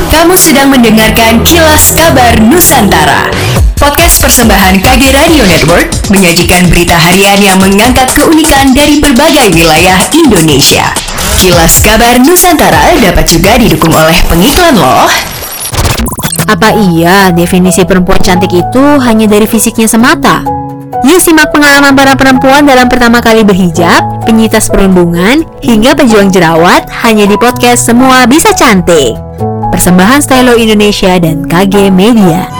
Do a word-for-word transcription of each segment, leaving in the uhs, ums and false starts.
Kamu sedang mendengarkan Kilas Kabar Nusantara. Podcast persembahan K G Radio Network menyajikan berita harian yang mengangkat keunikan dari berbagai wilayah Indonesia. Kilas Kabar Nusantara dapat juga didukung oleh pengiklan loh. Apa iya definisi perempuan cantik itu hanya dari fisiknya semata? Yuk simak pengalaman para perempuan dalam pertama kali berhijab, penyintas perundungan, hingga pejuang jerawat hanya di podcast Semua Bisa Cantik. Persembahan Stylo Indonesia dan K G Media.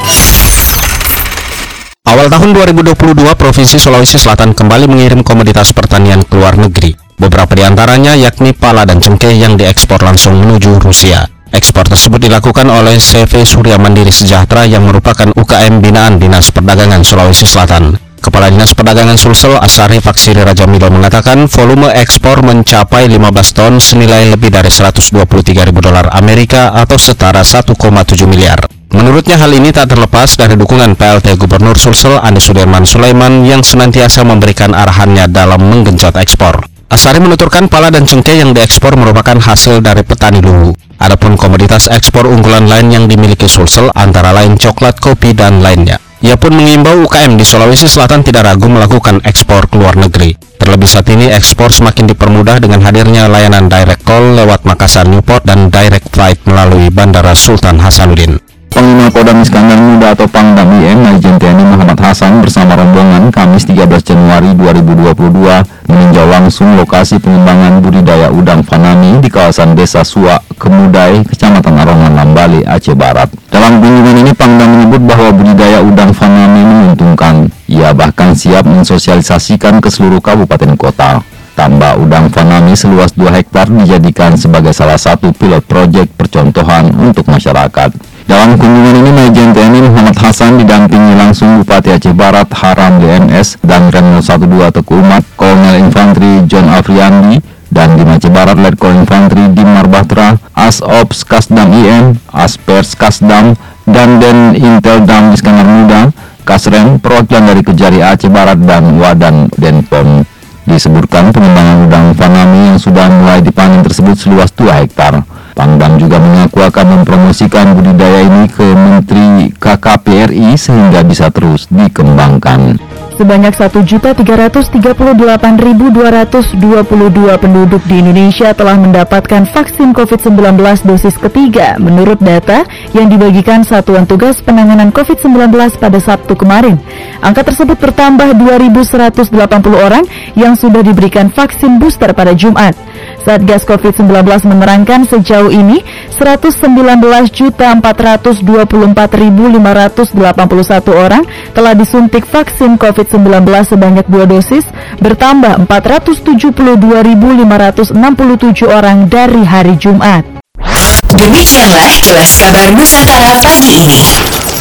Awal tahun dua ribu dua puluh dua, Provinsi Sulawesi Selatan kembali mengirim komoditas pertanian ke luar negeri. Beberapa di antaranya yakni pala dan cengkeh yang diekspor langsung menuju Rusia. Ekspor tersebut dilakukan oleh C V Surya Mandiri Sejahtera yang merupakan U K M binaan Dinas Perdagangan Sulawesi Selatan. Kepala Dinas Perdagangan Sulsel Asari Faksiri Raja Milo mengatakan volume ekspor mencapai lima belas ton senilai lebih dari seratus dua puluh tiga ribu dolar Amerika atau setara satu koma tujuh miliar. Menurutnya hal ini tak terlepas dari dukungan P L T Gubernur Sulsel Andi Sudirman Sulaiman yang senantiasa memberikan arahannya dalam menggenjot ekspor. Asari menuturkan pala dan cengkeh yang diekspor merupakan hasil dari petani Luwu. Adapun komoditas ekspor unggulan lain yang dimiliki Sulsel antara lain coklat, kopi, dan lainnya. Ia pun mengimbau U K M di Sulawesi Selatan tidak ragu melakukan ekspor ke luar negeri. Terlebih saat ini ekspor semakin dipermudah dengan hadirnya layanan direct call lewat Makassar Newport dan direct flight melalui Bandara Sultan Hasanuddin. Panglima Kodam Iskandar Muda atau Pangdam I M Majen T N I Muhammad Hasan bersama rombongan Kamis tiga belas Januari dua ribu dua puluh dua meninjau langsung lokasi pengembangan budidaya udang fanami di kawasan Desa Suak, Kemudai, Kecamatan Arongan, Lambali, Aceh Barat. Dalam kunjungan ini Pangdam menyebut bahwa budidaya udang fanami menguntungkan. Ia bahkan siap mensosialisasikan ke seluruh kabupaten kota. Tambak udang fanami seluas dua hektar dijadikan sebagai salah satu pilot proyek percontohan untuk masyarakat. Dalam kunjungan ini Majen T N I Muhammad Hasan didampingi langsung Bupati Aceh Barat Haram D M S dan Rem nol satu dua Teguh Umat, Kolonel Infantri John Afriandi, dan di Aceh Barat Letkol Infantri Dimar Bahtera, Asops Kasdam I M, Aspers Kasdam, dan Den Intel Dam Iskandar Muda, Kasrem, perwakilan dari Kejari Aceh Barat, dan Wadan Denpom. Disebutkan pengembangan udang fanami yang sudah mulai dipanen tersebut seluas dua hektar. Pangdam juga mengaku akan mempromosikan budidaya ini ke Menteri K K P R I sehingga bisa terus dikembangkan. Sebanyak satu juta tiga ratus tiga puluh delapan ribu dua ratus dua puluh dua penduduk di Indonesia telah mendapatkan vaksin covid sembilan belas dosis ketiga menurut data yang dibagikan Satuan Tugas Penanganan covid sembilan belas pada Sabtu kemarin. Angka tersebut bertambah dua ribu seratus delapan puluh orang yang sudah diberikan vaksin booster pada Jumat. Satgas covid sembilan belas menerangkan sejauh ini seratus sembilan belas juta empat ratus dua puluh empat ribu lima ratus delapan puluh satu orang telah disuntik vaksin covid sembilan belas sebanyak dua dosis, bertambah empat ratus tujuh puluh dua ribu lima ratus enam puluh tujuh orang dari hari Jumat. Demikianlah Kilas Kabar Nusantara pagi ini.